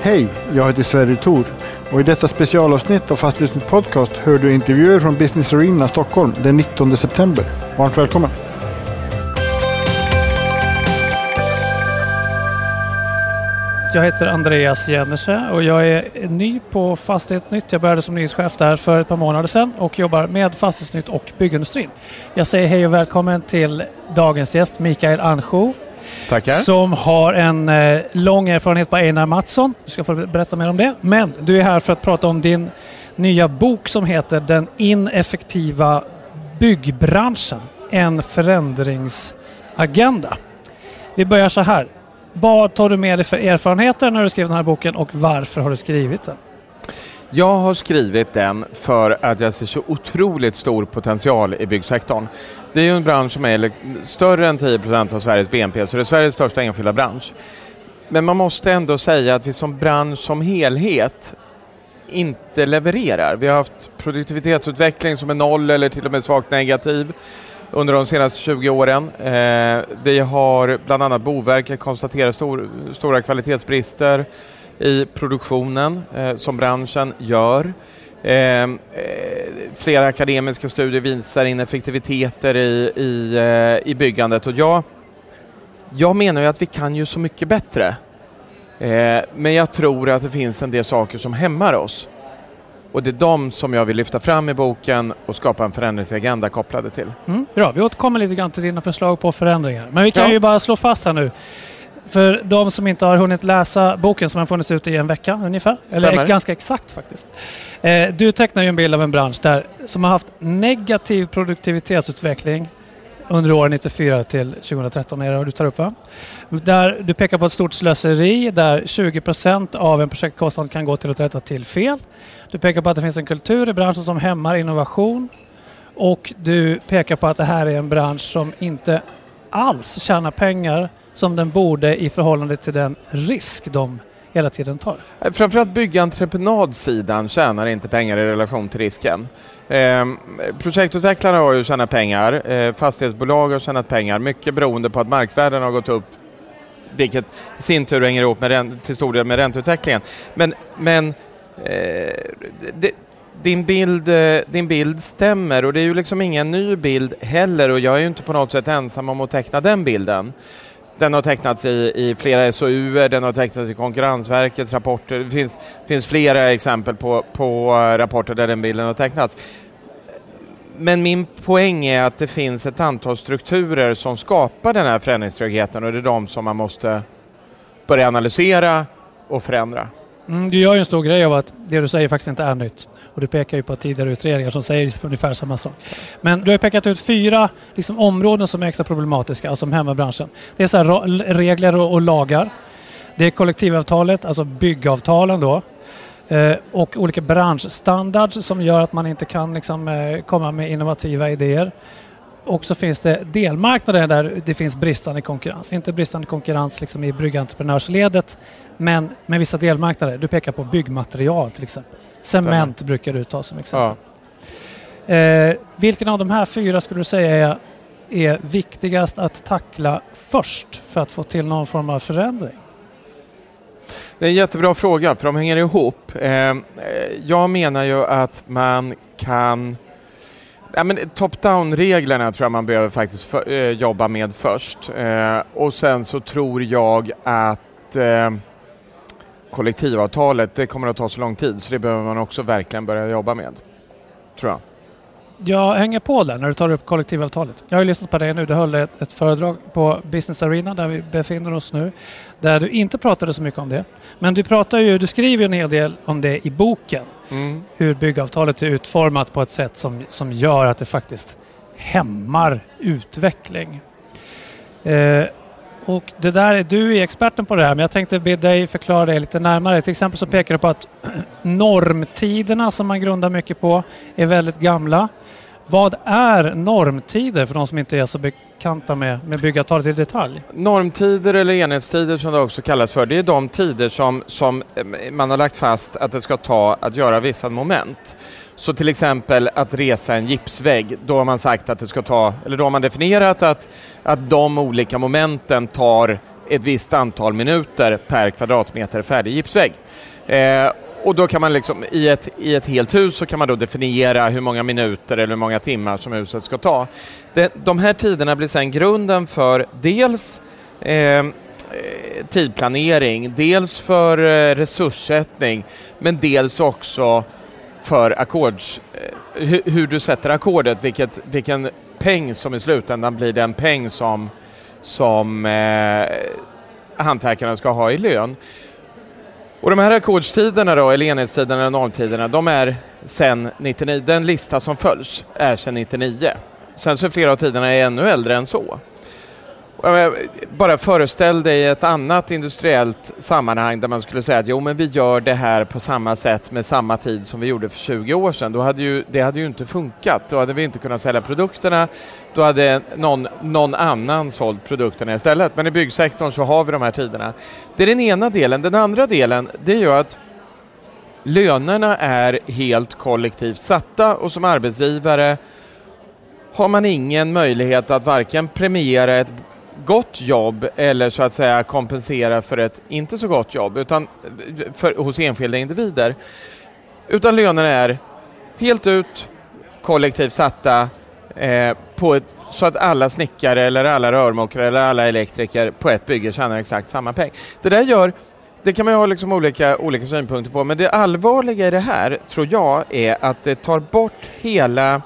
Hej, jag heter Sverre Thor och i detta specialavsnitt av Fastighetsnytt podcast hör du intervjuer från Business Arena Stockholm den 19 september. Varmt välkommen! Jag heter Andreas Jennerse och jag är ny på Fastighetsnytt. Jag började som nyhetschef där för ett par månader sedan och jobbar med Fastighetsnytt och byggindustrin. Jag säger hej och välkommen till dagens gäst Mikael Anjou. Tackar. Som har en lång erfarenhet på Einar Mattsson. Du ska få berätta mer om det. Men du är här för att prata om din nya bok som heter Den ineffektiva byggbranschen. En förändringsagenda. Vi börjar så här. Vad tar du med dig för erfarenheter när du skrev den här boken och varför har du skrivit den? Jag har skrivit den för att jag ser så otroligt stor potential i byggsektorn. Det är ju en bransch som är större än 10% av Sveriges BNP, så det är Sveriges största enskilda bransch. Men man måste ändå säga att vi som bransch som helhet inte levererar. Vi har haft produktivitetsutveckling som är noll eller till och med svagt negativ under de senaste 20 åren. Vi har bland annat Boverket konstaterat stora kvalitetsbrister i produktionen som branschen gör. Flera akademiska studier visar ineffektiviteter i byggandet och jag menar ju att vi kan ju så mycket bättre. Men jag tror att det finns en del saker som hämmar oss. Och det är de som jag vill lyfta fram i boken och skapa en förändringsagenda kopplade till. Bra, vi återkommer lite grann till dina förslag på förändringar. Men vi kan ju bara slå fast här nu. För de som inte har hunnit läsa boken som har funnits ute i en vecka ungefär. Stämmer. Eller ganska exakt faktiskt. Du tecknar ju en bild av en bransch som har haft negativ produktivitetsutveckling under åren 94 till 2013 är det du tar upp, va? Där du pekar på ett stort slöseri där 20% av en projektkostnad kan gå till att rätta till fel. Du pekar på att det finns en kultur i branschen som hämmar innovation. Och du pekar på att det här är en bransch som inte alls tjänar pengar som den borde i förhållande till den risk de hela tiden tar. Framförallt byggentreprenadsidan tjänar inte pengar i relation till risken. Projektutvecklarna har ju tjänat pengar, fastighetsbolag har tjänat pengar, mycket beroende på att markvärden har gått upp, vilket i sin tur hänger ihop med till stor del med ränteutvecklingen. Men din bild stämmer och det är ju liksom ingen ny bild heller och jag är ju inte på något sätt ensam om att teckna den bilden. Den har tecknats i flera SOUer, den har tecknats i Konkurrensverkets rapporter. Det finns flera exempel på rapporter där den bilden har tecknats. Men min poäng är att det finns ett antal strukturer som skapar den här förändringstryggheten och det är de som man måste börja analysera och förändra. Du gör ju en stor grej av att det du säger faktiskt inte är nytt. Och du pekar ju på tidigare utredningar som säger ungefär samma sak. Men du har pekat ut 4 områden som är extra problematiska och som hämmar branschen. Det är så här regler och lagar. Det är kollektivavtalet, alltså byggavtalen då. Och olika branschstandards som gör att man inte kan komma med innovativa idéer. Och så finns det delmarknader där det finns bristande konkurrens. Inte bristande konkurrens i byggentreprenörsledet, men med vissa delmarknader. Du pekar på byggmaterial till exempel. Cement brukar du ta som exempel. Ja. Vilken av de här 4 skulle du säga är viktigast att tackla först för att få till någon form av förändring? Det är en jättebra fråga för de hänger ihop. Jag menar ju att man kan... top-down-reglerna tror jag man behöver faktiskt jobba med först. Och sen så tror jag att kollektivavtalet, det kommer att ta så lång tid så det behöver man också verkligen börja jobba med, tror jag. Jag hänger på där när du tar upp kollektivavtalet. Jag har ju lyssnat på det nu. Du höll ett föredrag på Business Arena där vi befinner oss nu. Där du inte pratade så mycket om det. Men du skriver en hel del om det i boken. Hur byggavtalet är utformat på ett sätt som gör att det faktiskt hämmar utveckling. Och det där, du är experten på det här, men jag tänkte be dig förklara det lite närmare. Till exempel så pekar du på att normtiderna som man grundar mycket på är väldigt gamla. Vad är normtider för de som inte är så bekanta med byggavtalet i detalj? Normtider eller enhetstider som det också kallas för, det är de tider som man har lagt fast att det ska ta att göra vissa moment. Så till exempel att resa en gipsvägg, då har man sagt att det ska ta, eller då har man definierat att de olika momenten tar ett visst antal minuter per kvadratmeter färdig gipsvägg. Och då kan man liksom, i ett helt hus så kan man då definiera hur många minuter eller hur många timmar som huset ska ta. De här tiderna blir sedan grunden för dels tidplanering, dels för resurssättning, men dels också för hur du sätter ackordet, vilken peng som i slutändan blir den peng som hantverkarna ska ha i lön. Och de här ackordstiderna då, eller enhetstiderna eller normtiderna, de är sedan 99. Den lista som följs är sedan 99. Sen så är flera av tiderna ännu äldre än så. Bara föreställ dig ett annat industriellt sammanhang där man skulle säga att men vi gör det här på samma sätt med samma tid som vi gjorde för 20 år sedan. Det hade ju inte funkat. Då hade vi inte kunnat sälja produkterna. Då hade någon annan sålt produkterna istället. Men i byggsektorn så har vi de här tiderna. Det är den ena delen. Den andra delen, det är ju att lönerna är helt kollektivt satta, och som arbetsgivare har man ingen möjlighet att varken premiera ett gott jobb eller så att säga kompensera för ett inte så gott jobb hos enskilda individer. Utan lönerna är helt ut kollektivt satta så att alla snickare eller alla rörmokare eller alla elektriker på ett bygge tjänar exakt samma peng. Det kan man ju ha liksom olika synpunkter på, men det allvarliga i det här tror jag är att det tar bort hela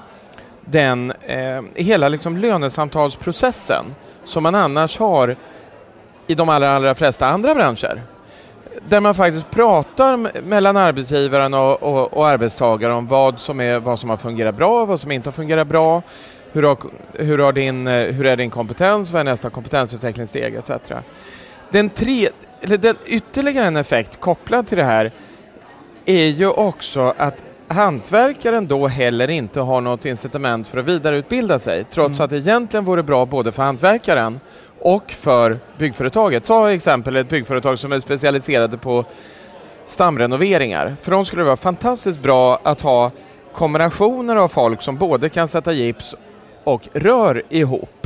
liksom lönesamtalsprocessen som man annars har i de allra flesta andra branscher. Där man faktiskt pratar mellan arbetsgivaren och arbetstagaren om vad som har fungerat bra, vad som inte har fungerat bra, hur är din kompetens, vad är nästa kompetensutvecklingssteg etc. Den ytterligare en effekt kopplad till det här är ju också att hantverkaren då heller inte har något incitament för att vidareutbilda sig, trots att det egentligen vore bra både för hantverkaren och för byggföretaget. Ta exempel ett byggföretag som är specialiserade på stamrenoveringar. För dem skulle det vara fantastiskt bra att ha kombinationer av folk som både kan sätta gips och rör ihop.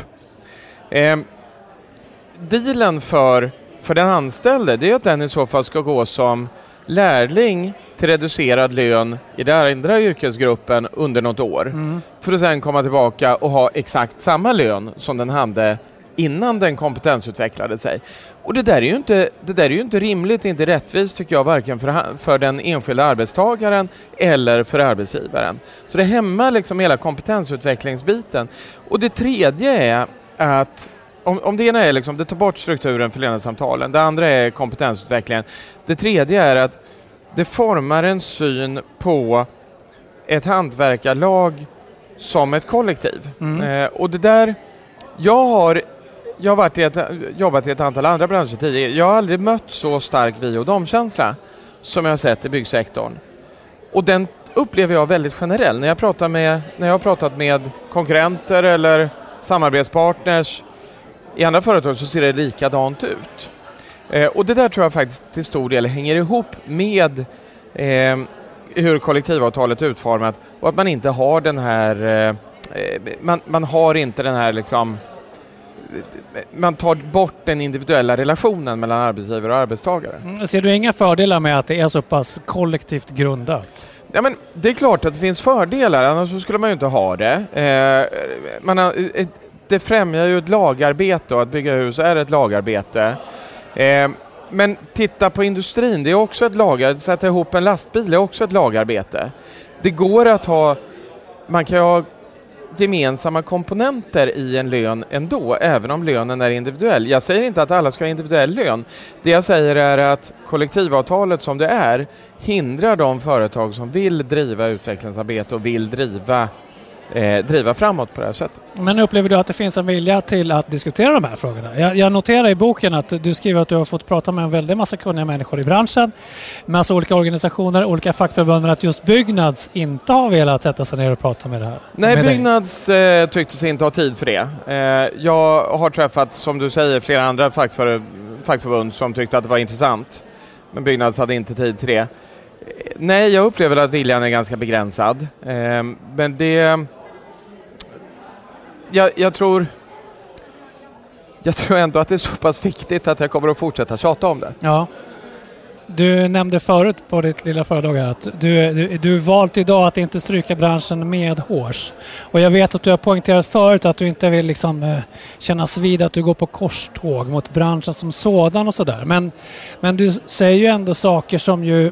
Dealen för den anställde, det är att den i så fall ska gå som lärling till reducerad lön i den andra yrkesgruppen under något år. För att sen komma tillbaka och ha exakt samma lön som den hade innan den kompetensutvecklade sig. Och det där är ju inte rimligt, inte rättvist tycker jag, varken för den enskilda arbetstagaren eller för arbetsgivaren. Så det hämmar liksom hela kompetensutvecklingsbiten. Och det tredje är att om det ena är liksom, det tar bort strukturen för lönesamtalen, det andra är kompetensutvecklingen. Det tredje är att det formar en syn på ett hantverkarlag som ett kollektiv. Och det där, jag har jobbat i ett antal andra branscher tidigare. Jag har aldrig mött så stark vi- och domkänsla som jag har sett i byggsektorn. Och den upplever jag väldigt generell. När jag har pratat med konkurrenter eller samarbetspartners i andra företag så ser det likadant ut. Och det där tror jag faktiskt till stor del hänger ihop med hur kollektivavtalet är utformat och att man inte har den här man har inte den här liksom, man tar bort den individuella relationen mellan arbetsgivare och arbetstagare. Ser du inga fördelar med att det är så pass kollektivt grundat? Ja, men det är klart att det finns fördelar, annars så skulle man ju inte ha det. Det främjar ju ett lagarbete, och att bygga hus är ett lagarbete. Men titta på industrin, det är också ett lagarbete. Sätta ihop en lastbil är också ett lagarbete. Det går att man kan ha gemensamma komponenter i en lön ändå, även om lönen är individuell. Jag säger inte att alla ska ha individuell lön. Det jag säger är att kollektivavtalet som det är hindrar de företag som vill driva utvecklingsarbete och vill driva framåt på det här sättet. Men upplever du att det finns en vilja till att diskutera de här frågorna? Jag noterar i boken att du skriver att du har fått prata med en väldigt massa kunniga människor i branschen, massa olika organisationer, olika fackförbund, att just Byggnads inte har velat sätta sig ner och prata med det här. Nej, Byggnads tyckte sig inte ha tid för det. Jag har träffat, som du säger, flera andra fackförbund som tyckte att det var intressant, men Byggnads hade inte tid till det. Nej, jag upplever att viljan är ganska begränsad. Men det... Jag tror jag tror ändå att det är så pass viktigt att jag kommer att fortsätta tjata om det. Ja. Du nämnde förut på ditt lilla föredrag här att du valt idag att inte stryka branschen med hårs. Och jag vet att du har poängterat förut att du inte vill liksom kännas vid att du går på korståg mot branschen som sådan och sådär. Men du säger ju ändå saker som ju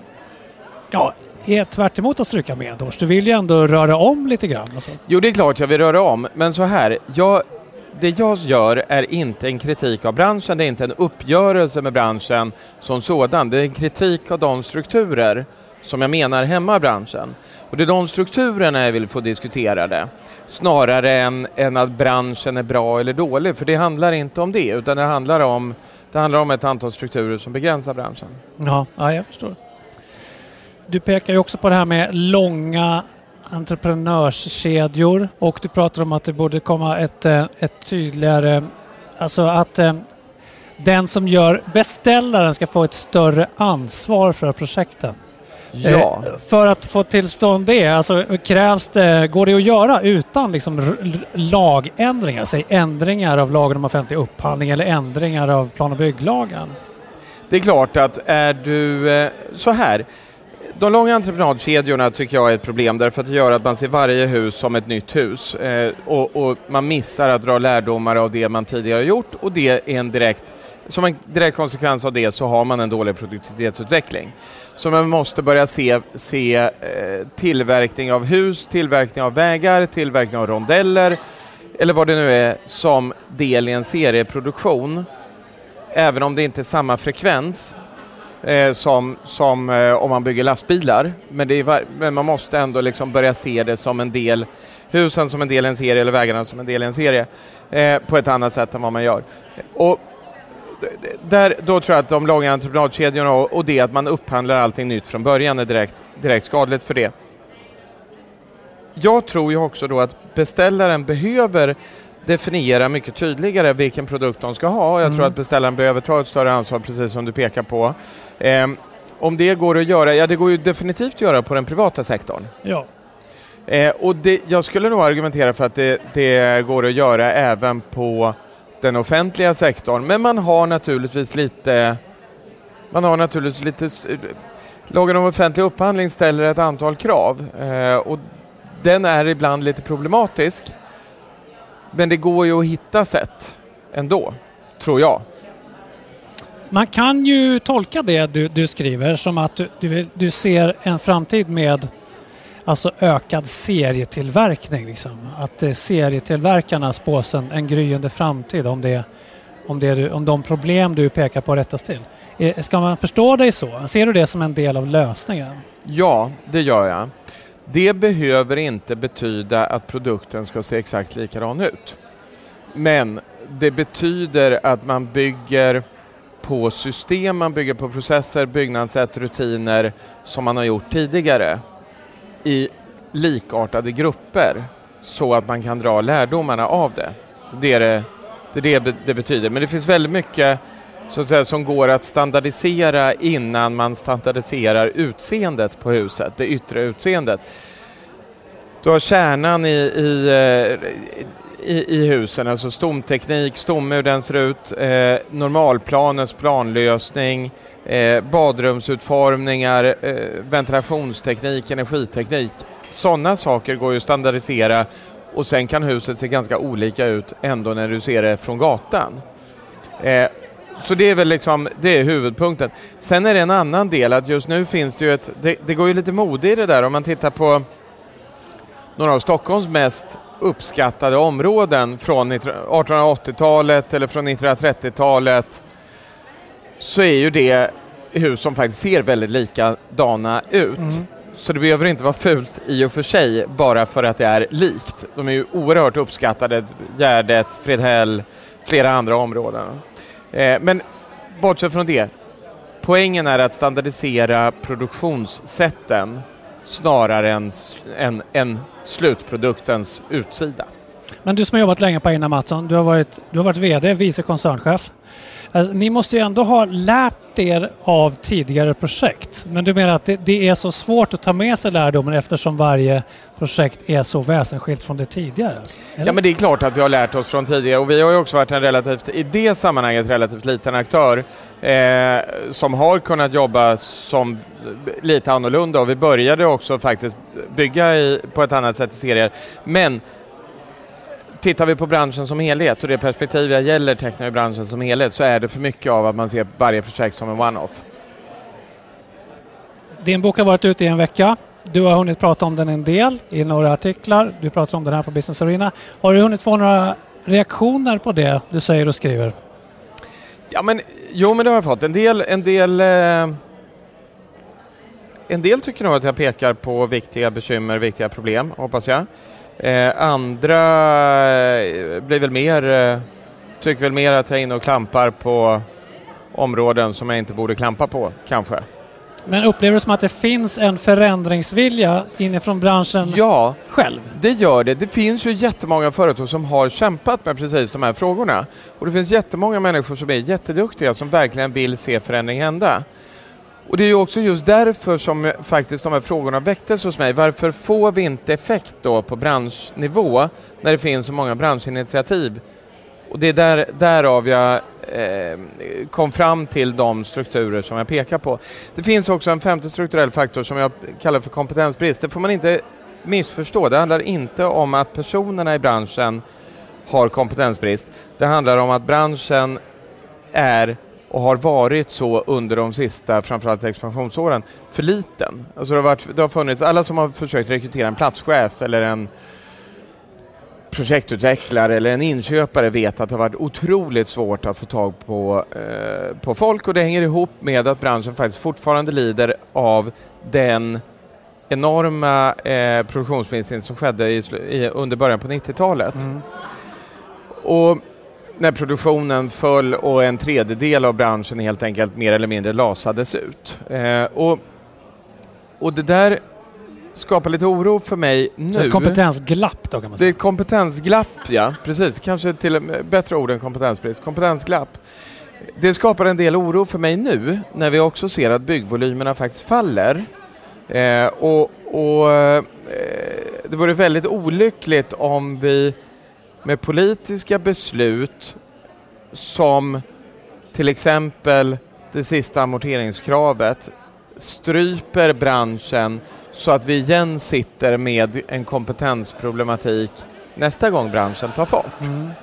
är tvärt emot att stryka med hårs. Du vill ju ändå röra om lite grann. Och så. Jo, det är klart jag vill röra om. Men så här, det jag gör är inte en kritik av branschen, det är inte en uppgörelse med branschen som sådan. Det är en kritik av de strukturer som jag menar hämmar branschen. Och det är de strukturerna jag vill få diskutera det. Snarare än att branschen är bra eller dålig. För det handlar inte om det, utan det handlar om ett antal strukturer som begränsar branschen. Ja, jag förstår. Du pekar ju också på det här med långa entreprenörskedjor och du pratar om att det borde komma ett tydligare, alltså att den som gör beställaren ska få ett större ansvar för projekten. Ja. För att få tillstånd det, alltså går det att göra utan liksom lagändringar, säg ändringar av lagen om offentlig upphandling eller ändringar av plan- och bygglagen? Det är klart att är du så här. De långa entreprenadkedjorna tycker jag är ett problem därför att det gör att man ser varje hus som ett nytt hus och man missar att dra lärdomar av det man tidigare gjort och det är som en direkt konsekvens av det så har man en dålig produktivitetsutveckling. Så man måste börja se tillverkning av hus, tillverkning av vägar, tillverkning av rondeller eller vad det nu är som del i en serieproduktion även om det inte är samma frekvens som om man bygger lastbilar. Men man måste ändå liksom börja se det som en del, husen som en del i en serie eller vägarna som en del i en serie på ett annat sätt än vad man gör. Och då tror jag att de långa entreprenadkedjorna och det att man upphandlar allting nytt från början är direkt skadligt för det. Jag tror ju också då att beställaren behöver definiera mycket tydligare vilken produkt de ska ha. Jag tror att beställaren behöver ta ett större ansvar precis som du pekar på. Om det går att göra, det går ju definitivt att göra på den privata sektorn. Ja. Och jag skulle nog argumentera för att det går att göra även på den offentliga sektorn. Men man har naturligtvis lite lagen om offentlig upphandling ställer ett antal krav. Och den är ibland lite problematisk. Men det går ju att hitta sätt ändå, tror jag. Man kan ju tolka det du skriver som att du ser en framtid med alltså ökad serietillverkning. Liksom. Att serietillverkarna spås en gryende framtid om de problem du pekar på rättas till. Ska man förstå dig så? Ser du det som en del av lösningen? Ja, det gör jag. Det behöver inte betyda att produkten ska se exakt likadan ut. Men det betyder att man bygger på system, man bygger på processer, byggnadssätt, rutiner som man har gjort tidigare i likartade grupper så att man kan dra lärdomarna av det. Det är det betyder. Men det finns väldigt mycket så att säga, som går att standardisera innan man standardiserar utseendet på huset, det yttre utseendet. Du har kärnan i husen, alltså stomteknik, stomme, den ser ut, normalplanets planlösning, badrumsutformningar, ventilationsteknik, energiteknik. Sådana saker går ju att standardisera och sen kan huset se ganska olika ut ändå när du ser det från gatan. Så det är väl liksom, det är huvudpunkten. Sen är det en annan del att just nu finns det ju det går ju lite mode i det där. Om man tittar på några av Stockholms mest uppskattade områden från 1880-talet eller från 1930-talet så är ju det hus som faktiskt ser väldigt likadana ut. Så det behöver inte vara fult i och för sig bara för att det är likt. De är ju oerhört uppskattade, Gärdet, Fredhäll, flera andra områden. Men bortsett från det, poängen är att standardisera produktionssätten snarare än slutproduktens utsida. Men du som har jobbat länge på Einar Mattsson, du har varit vd, vice koncernchef. Alltså, ni måste ju ändå ha lärt er av tidigare projekt. Men du menar att det är så svårt att ta med sig lärdomen eftersom varje projekt är så väsensskilt från det tidigare? Alltså, ja, men det är klart att vi har lärt oss från tidigare, och vi har ju också varit i det sammanhanget relativt liten aktör som har kunnat jobba som lite annorlunda, och vi började också faktiskt bygga på ett annat sätt i serier. Men tittar vi på branschen som helhet och det perspektiv jag gäller tecknar i branschen som helhet, så är det för mycket av att man ser varje projekt som en one-off. Din bok har varit ute i en vecka. Du har hunnit prata om den en del i några artiklar. Du pratar om den här på Business Arena. Har du hunnit få några reaktioner på det du säger och skriver? Ja, men det har jag fått. En del tycker nog att jag pekar på viktiga bekymmer, viktiga problem, hoppas jag. Andra blir väl tycker väl mer att jag är inne och klampar på områden som jag inte borde klampa på, kanske. Men upplever du som att det finns en förändringsvilja inifrån branschen själv? Det gör det. Det finns ju jättemånga företag som har kämpat med precis de här frågorna. Och det finns jättemånga människor som är jätteduktiga som verkligen vill se förändring hända. Och det är ju också just därför som faktiskt de här frågorna väcktes hos mig. Varför får vi inte effekt då på branschnivå när det finns så många branschinitiativ? Och det är därav jag kom fram till de strukturer som jag pekar på. Det finns också en femte strukturell faktor som jag kallar för kompetensbrist. Det får man inte missförstå. Det handlar inte om att personerna i branschen har kompetensbrist. Det handlar om att branschen är och har varit så under de sista, framförallt expansionsåren, för liten. Alltså det har funnits, alla som har försökt rekrytera en platschef eller en projektutvecklare eller en inköpare vet att det har varit otroligt svårt att få tag på folk, och det hänger ihop med att branschen faktiskt fortfarande lider av den enorma produktionsminskning som skedde under början på 90-talet. Och när produktionen föll och en tredjedel av branschen helt enkelt mer eller mindre lasades ut. Och det där skapar lite oro för mig nu. Så ett kompetensglapp då, kan man säga. Det är ett kompetensglapp, ja. Precis. Kanske till bättre ord än kompetensbrist. Kompetensglapp. Det skapar en del oro för mig nu när vi också ser att byggvolymerna faktiskt faller. Det vore väldigt olyckligt om vi med politiska beslut som till exempel det sista amorteringskravet stryper branschen så att vi igen sitter med en kompetensproblematik nästa gång branschen tar fart.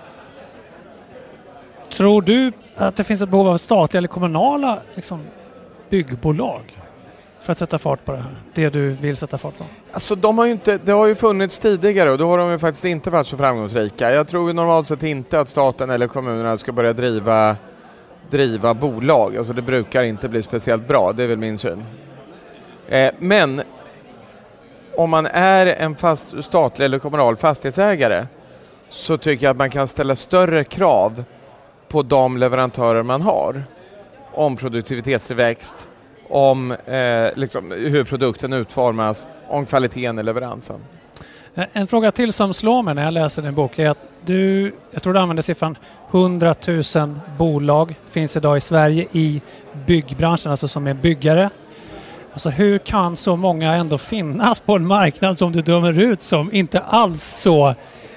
Tror du att det finns ett behov av statliga eller kommunala byggbolag för att sätta fart på det här? Det du vill sätta fart på? Alltså det har ju funnits tidigare och då har de ju faktiskt inte varit så framgångsrika. Jag tror normalt sett inte att staten eller kommunerna ska börja driva bolag. Alltså det brukar inte bli speciellt bra, det är väl min syn. Men om man är en statlig eller kommunal fastighetsägare så tycker jag att man kan ställa större krav på de leverantörer man har. Om produktivitetstillväxt, om hur produkten utformas, om kvaliteten i leveransen. En fråga till som slår mig när jag läser din bok är att jag tror du använder siffran 100 000 bolag finns idag i Sverige i byggbranschen, alltså som är byggare. Alltså hur kan så många ändå finnas på en marknad som du dömer ut som inte alls så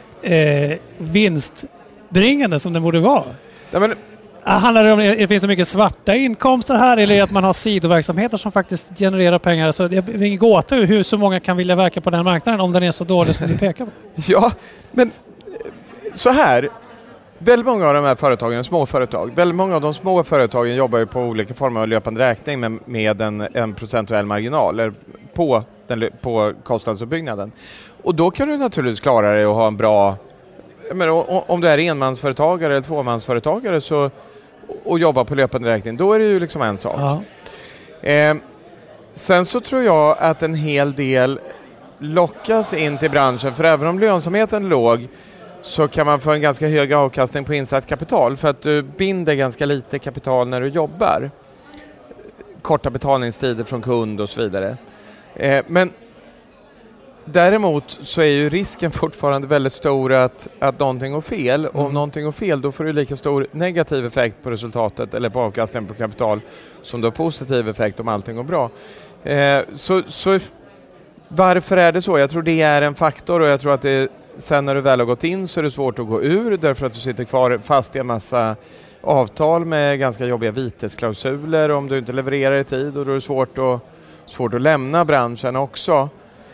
vinstbringande som den borde vara? Ja, men handlar det om att det finns så mycket svarta inkomster här eller att man har sidoverksamheter som faktiskt genererar pengar? Så det är ingen gåta hur så många kan vilja verka på den marknaden om den är så dålig som du pekar på. Ja, men så här. Väldigt många av de här företagen är småföretag. Väldigt många av de små företagen jobbar ju på olika former av löpande räkning med en procentuell marginal på kostnadsuppbyggnaden. Och då kan du naturligtvis klara dig och ha en bra... om du är enmansföretagare eller tvåmansföretagare och jobbar på löpande räkning, då är det ju liksom en sak. Ja. Sen så tror jag att en hel del lockas in till branschen, för även om lönsamheten är låg så kan man få en ganska hög avkastning på insatt kapital för att du binder ganska lite kapital när du jobbar. Korta betalningstider från kund och så vidare. Men Däremot så är ju risken fortfarande väldigt stor att någonting går fel. Och om någonting går fel, då får du lika stor negativ effekt på resultatet eller på avkastningen på kapital som du har positiv effekt om allting går bra. Så varför är det så? Jag tror det är en faktor, och jag tror att sen när du väl har gått in så är det svårt att gå ur, därför att du sitter kvar fast i en massa avtal med ganska jobbiga vitesklausuler om du inte levererar i tid, och då är det svårt att lämna branschen också.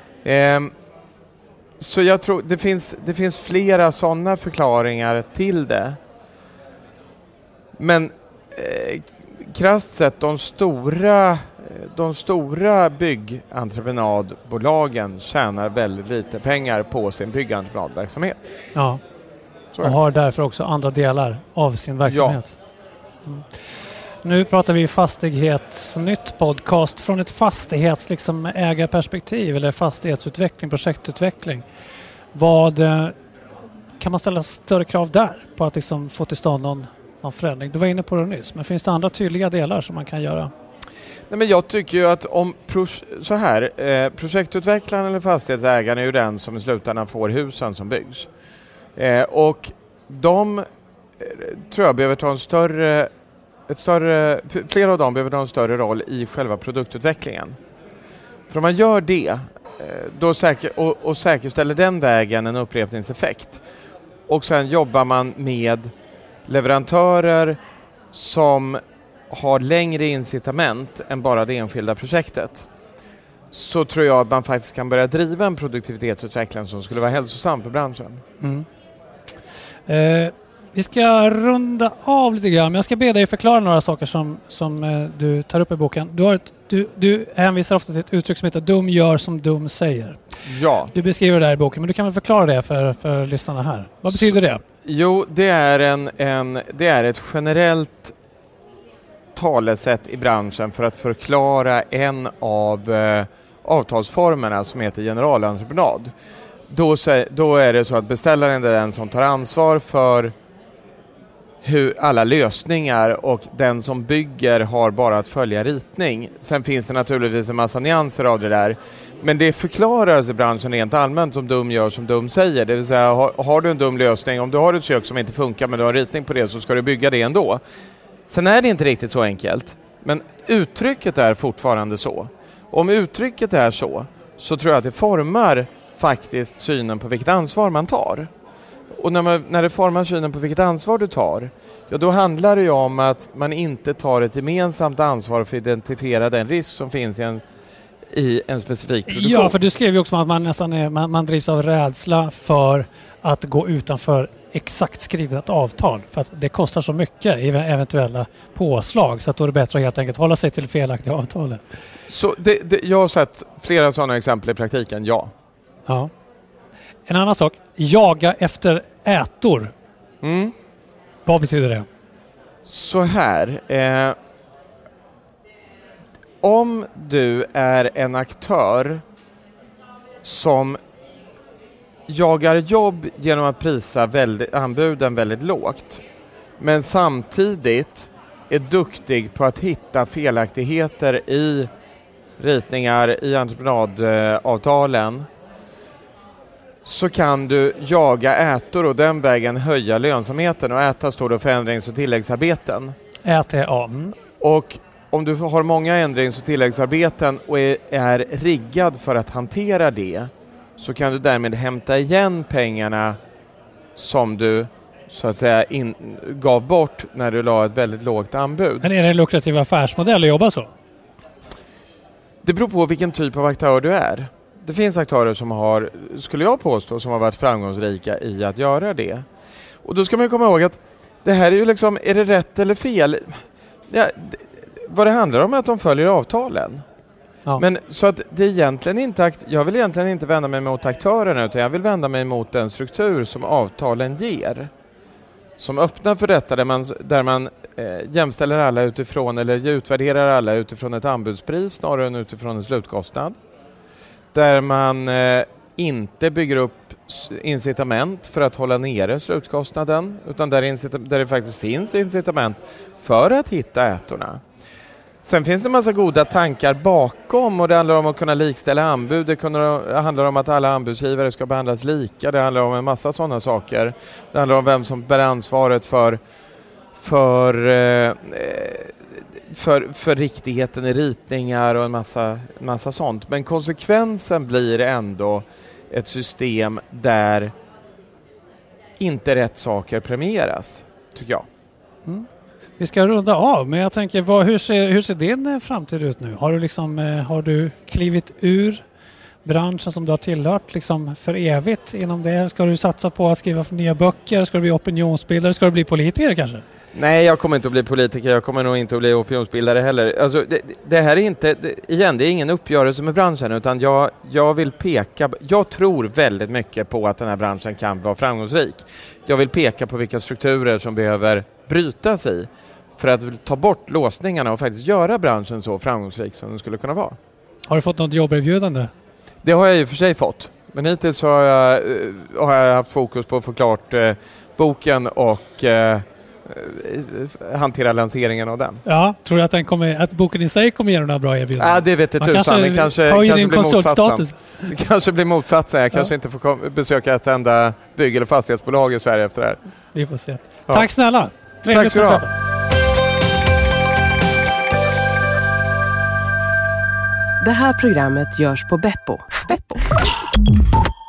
Så jag tror det finns flera sådana förklaringar till det. Men krasst sett, de stora byggentreprenadbolagen tjänar väldigt lite pengar på sin byggentreprenadverksamhet. Ja, och har därför också andra delar av sin verksamhet. Ja. Nu pratar vi Fastighetsnytt podcast från ett ägarperspektiv eller fastighetsutveckling, projektutveckling. Vad kan man ställa större krav där på att liksom få till stånd någon förändring? Du var inne på det nyss, men finns det andra tydliga delar som man kan göra? Nej, men jag tycker ju att projektutvecklaren eller fastighetsägaren är ju den som i slutändan får husen som byggs. Och de tror jag behöver ta flera av dem behöver ta en större roll i själva produktutvecklingen. För om man gör det och säkerställer den vägen en upprepningseffekt, och sen jobbar man med leverantörer som har längre incitament än bara det enskilda projektet, så tror jag att man faktiskt kan börja driva en produktivitetsutveckling som skulle vara hälsosam för branschen. Vi ska runda av lite grann, men jag ska be dig förklara några saker som du tar upp i boken. Du hänvisar ofta till ett uttryck som heter dum gör som dum säger. Ja. Du beskriver det här i boken, men du kan väl förklara det för lyssnarna här. Vad betyder det? Jo, det är ett generellt talesätt i branschen för att förklara en av avtalsformerna som heter generalentreprenad. Då är det så att beställaren är den som tar ansvar för alla lösningar, och den som bygger har bara att följa ritning. Sen finns det naturligtvis en massa nyanser av det där, men det förklaras i branschen rent allmänt som dum gör som dum säger. Det vill säga, har du en dum lösning, om du har ett kök som inte funkar men du har ritning på det, så ska du bygga det ändå. Sen är det inte riktigt så enkelt, men uttrycket är fortfarande så. Om uttrycket är så tror jag att det formar faktiskt synen på vilket ansvar man tar. Och när det formar synen på vilket ansvar du tar, ja, då handlar det ju om att man inte tar ett gemensamt ansvar för att identifiera den risk som finns i en specifik produktion. Ja, för du skrev ju också att man drivs av rädsla för att gå utanför exakt skrivet avtal, för att det kostar så mycket i eventuella påslag, så att då är det bättre att helt enkelt hålla sig till felaktiga avtalet. Så jag har sett flera sådana exempel i praktiken, ja. Ja. En annan sak, jaga efter ätor. Vad betyder det? Så här, om du är en aktör som jagar jobb genom att prisa anbuden väldigt lågt, men samtidigt är duktig på att hitta felaktigheter i ritningar i entreprenadavtalen, så kan du jaga ätor och den vägen höja lönsamheten. Och äta står då för ändrings- och tilläggsarbeten. ÄTA. Och om du har många ändrings- och tilläggsarbeten och är riggad för att hantera det, så kan du därmed hämta igen pengarna som du så att säga gav bort när du la ett väldigt lågt anbud. Men är det en lukrativ affärsmodell att jobba så? Det beror på vilken typ av aktör du är. Det finns aktörer som skulle jag påstå, som har varit framgångsrika i att göra det. Och då ska man ju komma ihåg att det här är ju liksom, är det rätt eller fel? Ja, vad det handlar om är att de följer avtalen. Ja. Men så att det är egentligen inte, jag vill egentligen inte vända mig mot aktörerna, utan jag vill vända mig mot den struktur som avtalen ger. Som öppnar för detta, där man jämställer alla utifrån, eller utvärderar alla utifrån ett anbudspris snarare än utifrån en slutkostnad. Där man inte bygger upp incitament för att hålla nere slutkostnaden, utan där det faktiskt finns incitament för att hitta ätorna. Sen finns det en massa goda tankar bakom och det handlar om att kunna likställa anbud. Det handlar om att alla anbudsgivare ska behandlas lika. Det handlar om en massa sådana saker. Det handlar om vem som bär ansvaret för riktigheten i ritningar och en massa sånt. Men konsekvensen blir ändå ett system där inte rätt saker premieras, tycker jag. Mm. Vi ska runda av, men jag tänker, hur ser din framtid ut nu? Har du klivit ur branschen som du har tillhört liksom för evigt inom det? Ska du satsa på att skriva för nya böcker? Ska du bli opinionsbildare? Ska du bli politiker kanske? Nej, jag kommer inte att bli politiker. Jag kommer nog inte att bli opinionsbildare heller. Alltså, det här är inte, det är ingen uppgörelse med branschen, utan jag vill peka. Jag tror väldigt mycket på att den här branschen kan vara framgångsrik. Jag vill peka på vilka strukturer som behöver brytas i för att ta bort låsningarna och faktiskt göra branschen så framgångsrik som den skulle kunna vara. Har du fått något jobberbjudande? Det har jag ju för sig fått. Men hittills har jag haft fokus på att få klart boken och hantera lanseringen av den. Ja, tror du att boken i sig kommer ge några bra erbjudanden? Ja, det vet jag tusan. Det kanske blir motsatsen. Det kanske blir motsatsen. Jag kanske inte får besöka ett enda bygg- eller fastighetsbolag i Sverige efter det här. Vi får se. Ja. Tack snälla. Tack ska du ha. Det här programmet görs på Beppo.